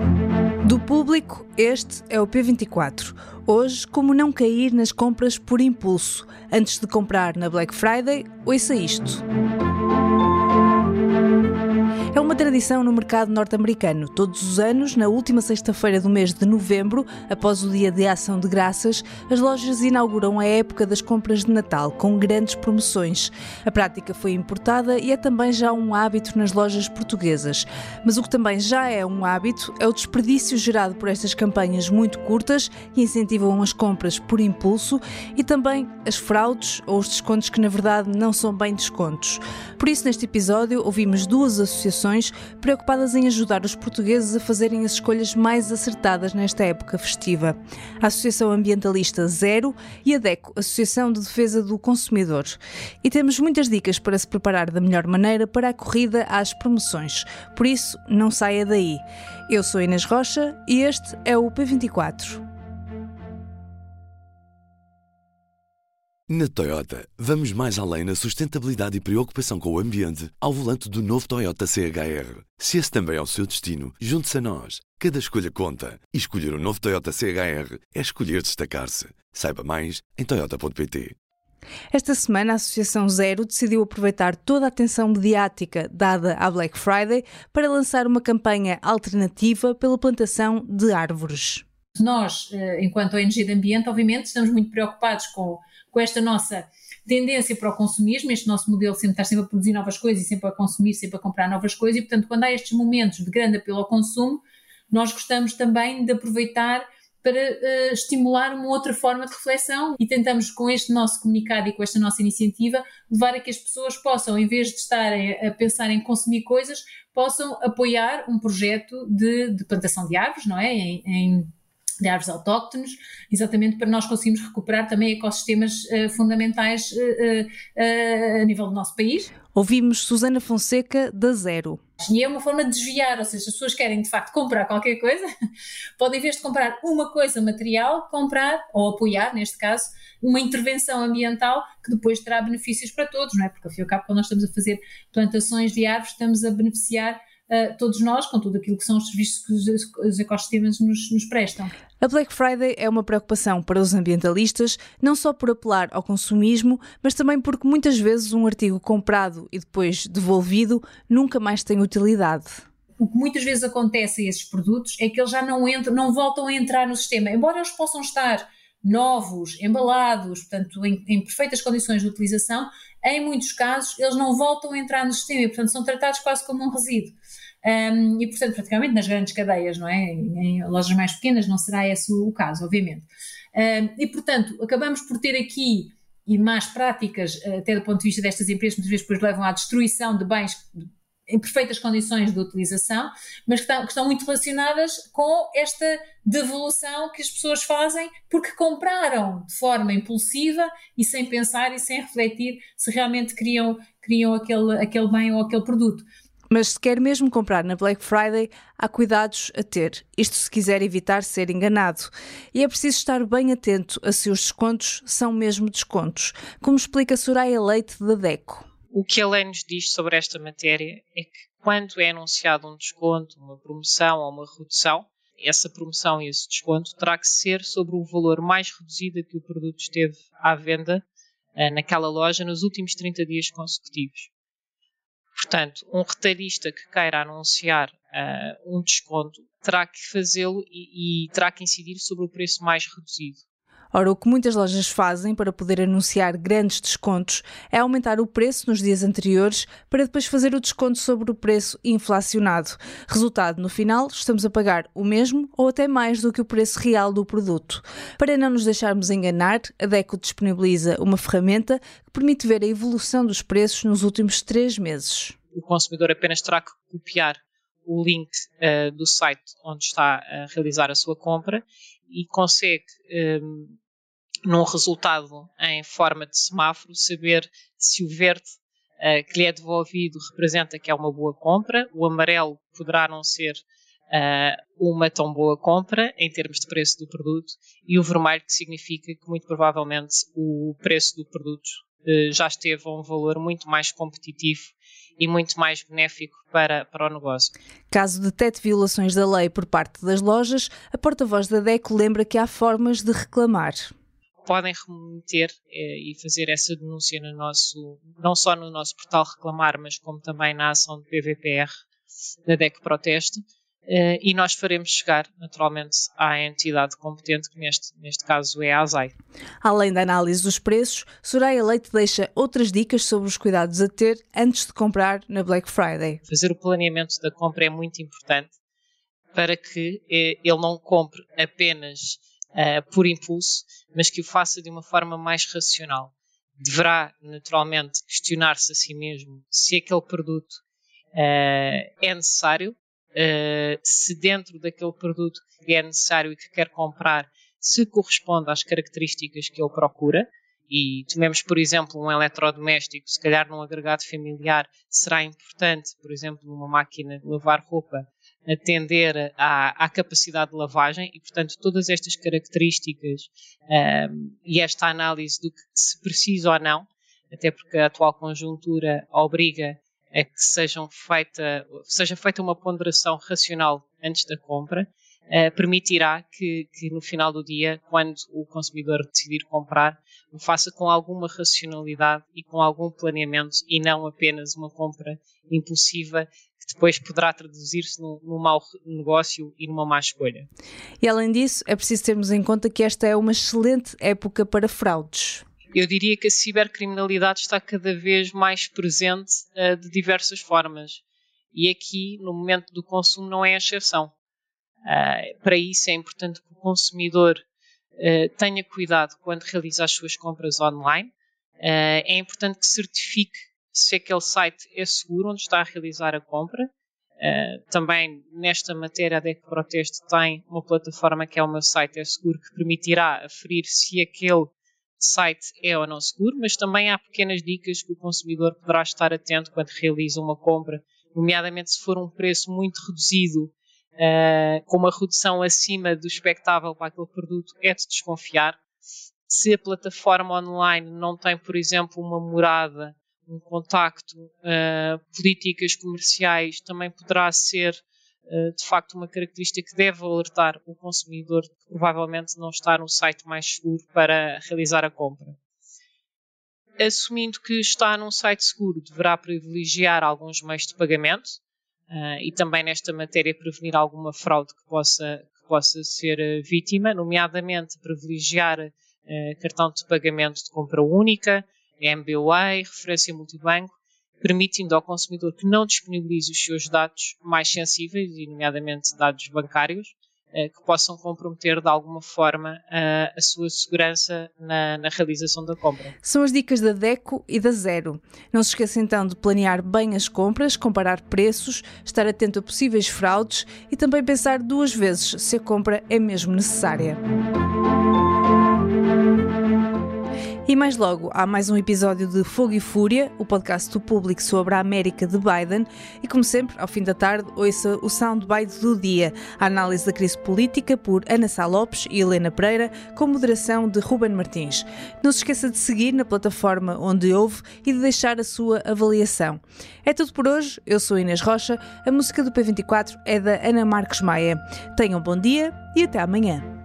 Do público, este é o P24. Hoje, como não cair nas compras por impulso. Antes de comprar na Black Friday, ouça isto. É uma tradição no mercado norte-americano. Todos os anos, na última sexta-feira do mês de novembro, após o Dia de Ação de Graças, as lojas inauguram a época das compras de Natal, com grandes promoções. A prática foi importada e é também já um hábito nas lojas portuguesas. Mas o que também já é um hábito é o desperdício gerado por estas campanhas muito curtas, que incentivam as compras por impulso, e também as fraudes ou os descontos que, na verdade, não são bem descontos. Por isso, neste episódio, ouvimos duas associações preocupadas em ajudar os portugueses a fazerem as escolhas mais acertadas nesta época festiva. A Associação Ambientalista Zero e a DECO, Associação de Defesa do Consumidor. E temos muitas dicas para se preparar da melhor maneira para a corrida às promoções. Por isso, não saia daí. Eu sou Inês Rocha e este é o P24. Na Toyota, vamos mais além na sustentabilidade e preocupação com o ambiente ao volante do novo Toyota CHR. Se esse também é o seu destino, junte-se a nós. Cada escolha conta. E escolher o novo Toyota CHR é escolher destacar-se. Saiba mais em toyota.pt. Esta semana, a Associação Zero decidiu aproveitar toda a atenção mediática dada à Black Friday para lançar uma campanha alternativa pela plantação de árvores. Nós, enquanto ONG de ambiente, obviamente, estamos muito preocupados com esta nossa tendência para o consumismo, este nosso modelo estar sempre a produzir novas coisas e sempre a consumir, sempre a comprar novas coisas, e portanto quando há estes momentos de grande apelo ao consumo, nós gostamos também de aproveitar para estimular uma outra forma de reflexão, e tentamos com este nosso comunicado e com esta nossa iniciativa levar a que as pessoas possam, em vez de estarem a pensar em consumir coisas, possam apoiar um projeto de plantação de árvores, não é? De árvores autóctones, exatamente para nós conseguirmos recuperar também ecossistemas fundamentais a nível do nosso país. Ouvimos Susana Fonseca, da Zero. E é uma forma de desviar, ou seja, as pessoas querem de facto comprar qualquer coisa, podem, em vez de comprar uma coisa material, comprar, ou apoiar, neste caso, uma intervenção ambiental que depois terá benefícios para todos, não é? Porque, ao fim e ao cabo, quando nós estamos a fazer plantações de árvores, estamos a beneficiar todos nós, com tudo aquilo que são os serviços que os ecossistemas nos prestam. A Black Friday é uma preocupação para os ambientalistas, não só por apelar ao consumismo, mas também porque muitas vezes um artigo comprado e depois devolvido nunca mais tem utilidade. O que muitas vezes acontece a esses produtos é que eles já não voltam a entrar no sistema, embora eles possam estar novos, embalados, portanto em perfeitas condições de utilização, em muitos casos eles não voltam a entrar no sistema e, portanto, são tratados quase como um resíduo. E, portanto, praticamente nas grandes cadeias, não é? Em lojas mais pequenas não será esse o caso, obviamente. E, portanto, acabamos por ter aqui e más práticas, até do ponto de vista destas empresas, muitas vezes depois levam à destruição de bens em perfeitas condições de utilização, mas que estão muito relacionadas com esta devolução que as pessoas fazem porque compraram de forma impulsiva e sem pensar e sem refletir se realmente queriam aquele bem ou aquele produto. Mas se quer mesmo comprar na Black Friday, há cuidados a ter. Isto se quiser evitar ser enganado. E é preciso estar bem atento a se os descontos são mesmo descontos, como explica Soraya Leite, da DECO. O que a lei nos diz sobre esta matéria é que quando é anunciado um desconto, uma promoção ou uma redução, essa promoção e esse desconto terá que ser sobre o valor mais reduzido que o produto esteve à venda naquela loja nos últimos 30 dias consecutivos. Portanto, um retalhista que queira anunciar um desconto terá que fazê-lo e terá que incidir sobre o preço mais reduzido. Ora, o que muitas lojas fazem para poder anunciar grandes descontos é aumentar o preço nos dias anteriores para depois fazer o desconto sobre o preço inflacionado. Resultado, no final, estamos a pagar o mesmo ou até mais do que o preço real do produto. Para não nos deixarmos enganar, a DECO disponibiliza uma ferramenta que permite ver a evolução dos preços nos últimos 3 meses. O consumidor apenas terá que copiar o link do site onde está a realizar a sua compra e consegue, num resultado em forma de semáforo, saber se o verde que lhe é devolvido representa que é uma boa compra, o amarelo poderá não ser uma tão boa compra em termos de preço do produto, e o vermelho, que significa que muito provavelmente o preço do produto já esteve a um valor muito mais competitivo e muito mais benéfico para o negócio. Caso detete violações da lei por parte das lojas, a porta-voz da DECO lembra que há formas de reclamar. Podem remeter e fazer essa denúncia não só no nosso portal Reclamar, mas como também na ação de PVPR da DECO Proteste, e nós faremos chegar, naturalmente, à entidade competente, que neste caso é a ASAI. Além da análise dos preços, Soraya Leite deixa outras dicas sobre os cuidados a ter antes de comprar na Black Friday. Fazer o planeamento da compra é muito importante para que ele não compre apenas por impulso, mas que o faça de uma forma mais racional. Deverá, naturalmente, questionar-se a si mesmo se aquele produto é necessário, se dentro daquele produto que é necessário e que quer comprar, se corresponde às características que ele procura. E tomemos, por exemplo, um eletrodoméstico, se calhar num agregado familiar, será importante, por exemplo, numa máquina de lavar roupa, atender à capacidade de lavagem e, portanto, todas estas características e esta análise do que se precisa ou não, até porque a atual conjuntura obriga a que seja feita uma ponderação racional antes da compra, permitirá que no final do dia, quando o consumidor decidir comprar, o faça com alguma racionalidade e com algum planeamento e não apenas uma compra impulsiva que depois poderá traduzir-se num mau negócio e numa má escolha. E além disso, é preciso termos em conta que esta é uma excelente época para fraudes. Eu diria que a cibercriminalidade está cada vez mais presente de diversas formas e aqui, no momento do consumo, não é a exceção. Para isso é importante que o consumidor tenha cuidado quando realiza as suas compras online. É importante que certifique se aquele site é seguro onde está a realizar a compra. Também nesta matéria a DECO Proteste tem uma plataforma que é o Meu Site é Seguro, que permitirá aferir se aquele site é ou não seguro, mas também há pequenas dicas que o consumidor poderá estar atento quando realiza uma compra, nomeadamente se for um preço muito reduzido, com uma redução acima do expectável para aquele produto, é de desconfiar. Se a plataforma online não tem, por exemplo, uma morada, um contacto, políticas comerciais, também poderá ser, de facto, uma característica que deve alertar o consumidor que provavelmente não está no site mais seguro para realizar a compra. Assumindo que está num site seguro, deverá privilegiar alguns meios de pagamento e também nesta matéria prevenir alguma fraude que possa ser vítima, nomeadamente privilegiar cartão de pagamento de compra única, MBWay, referência multibanco, permitindo ao consumidor que não disponibilize os seus dados mais sensíveis, e nomeadamente dados bancários, que possam comprometer de alguma forma a sua segurança na realização da compra. São as dicas da DECO e da Zero. Não se esqueça então de planear bem as compras, comparar preços, estar atento a possíveis fraudes e também pensar 2 vezes se a compra é mesmo necessária. E mais logo, há mais um episódio de Fogo e Fúria, o podcast do Público sobre a América de Biden. E como sempre, ao fim da tarde, ouça o soundbite do dia, a análise da crise política por Ana Sá Lopes e Helena Pereira, com moderação de Ruben Martins. Não se esqueça de seguir na plataforma onde ouve e de deixar a sua avaliação. É tudo por hoje, eu sou Inês Rocha, a música do P24 é da Ana Marques Maia. Tenham um bom dia e até amanhã.